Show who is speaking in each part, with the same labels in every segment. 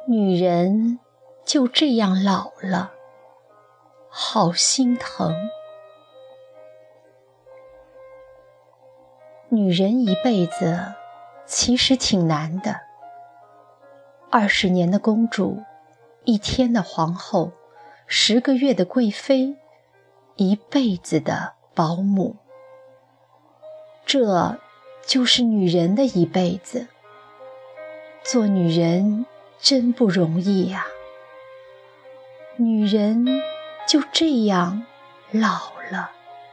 Speaker 1: 女人就这样老了，好心疼。女人一辈子其实挺难的，20年的公主，1天的皇后，10个月的贵妃，一辈子的保姆，这就是女人的一辈子。做女人真不容易呀，女人就这样老了。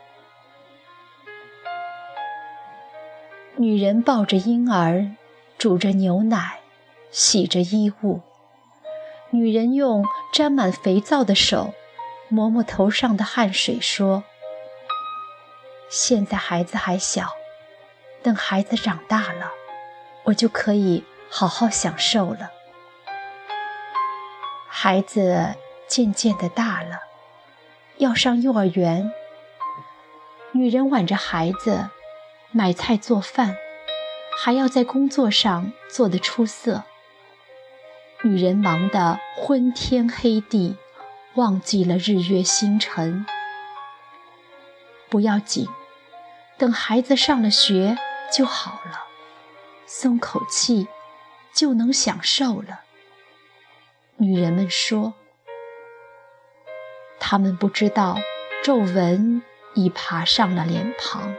Speaker 1: 女人抱着婴儿，煮着牛奶，洗着衣物。女人用沾满肥皂的手抹抹头上的汗水，说：现在孩子还小，等孩子长大了，我就可以好好享受了。孩子渐渐地大了，要上幼儿园。女人挽着孩子，买菜做饭，还要在工作上做得出色。女人忙得昏天黑地，忘记了日月星辰。不要紧，等孩子上了学就好了，松口气就能享受了。女人们说，她们不知道皱纹已爬上了脸庞。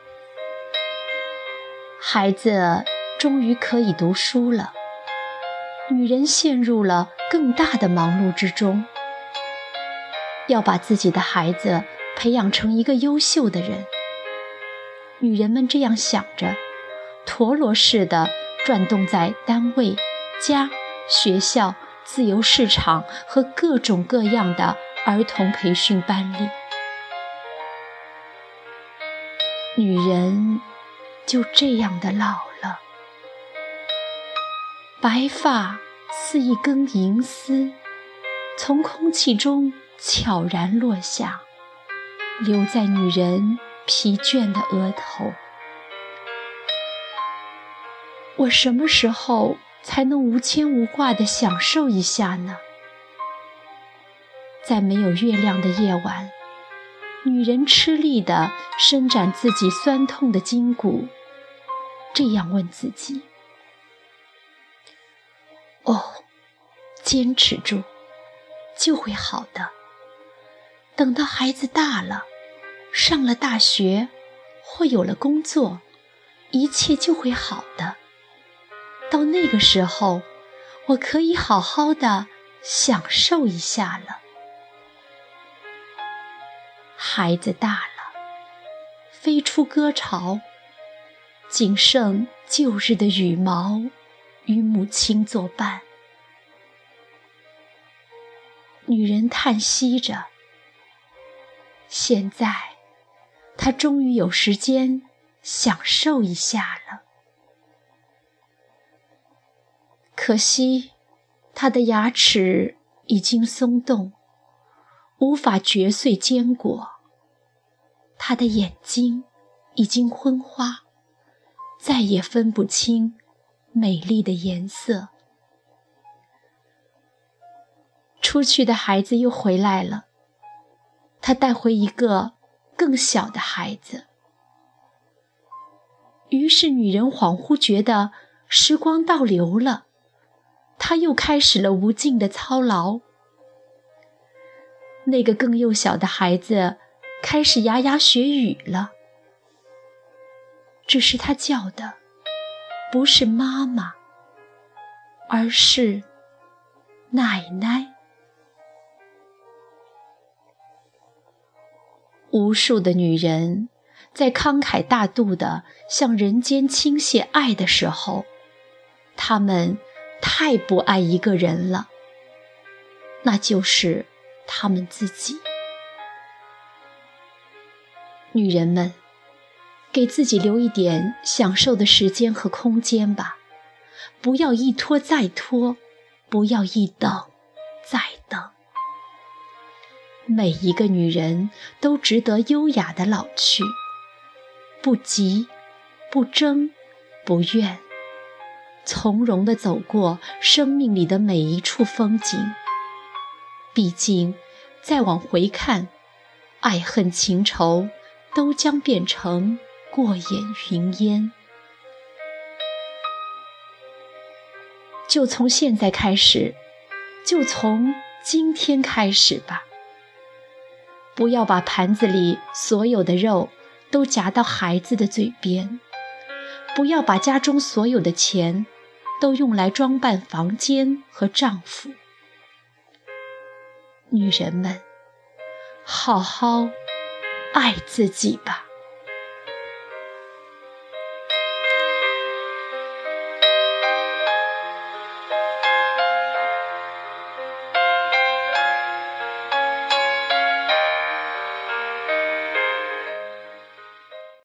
Speaker 1: 孩子终于可以读书了，女人陷入了更大的忙碌之中，要把自己的孩子培养成一个优秀的人。女人们这样想着，陀螺似的转动在单位、家、学校、自由市场和各种各样的儿童培训班里。女人就这样的老了，白发似一根银丝，从空气中悄然落下，留在女人疲倦的额头。我什么时候才能无牵无挂地享受一下呢？在没有月亮的夜晚，女人吃力地伸展自己酸痛的筋骨，这样问自己：坚持住，就会好的。等到孩子大了，上了大学，或有了工作，一切就会好的。到那个时候，我可以好好的享受一下了。孩子大了，飞出歌巢，仅剩旧日的羽毛与母亲作伴。女人叹息着，现在她终于有时间享受一下了。可惜她的牙齿已经松动，无法嚼碎坚果。她的眼睛已经昏花，再也分不清美丽的颜色。出去的孩子又回来了，他带回一个更小的孩子。于是女人恍惚觉得时光倒流了，她又开始了无尽的操劳。那个更幼小的孩子开始牙牙学语了，只是他叫的不是妈妈，而是奶奶。无数的女人在慷慨大度地向人间倾泻爱的时候，她们太不爱一个人了，那就是她们自己。女人们，给自己留一点享受的时间和空间吧，不要一拖再拖，不要一等再等。每一个女人都值得优雅的老去，不急，不争，不怨， 从容地走过生命里的每一处风景。毕竟，再往回看，爱恨情仇都将变成过眼云烟。就从现在开始，就从今天开始吧。不要把盘子里所有的肉都夹到孩子的嘴边，不要把家中所有的钱都用来装扮房间和丈夫。女人们，好好爱自己吧。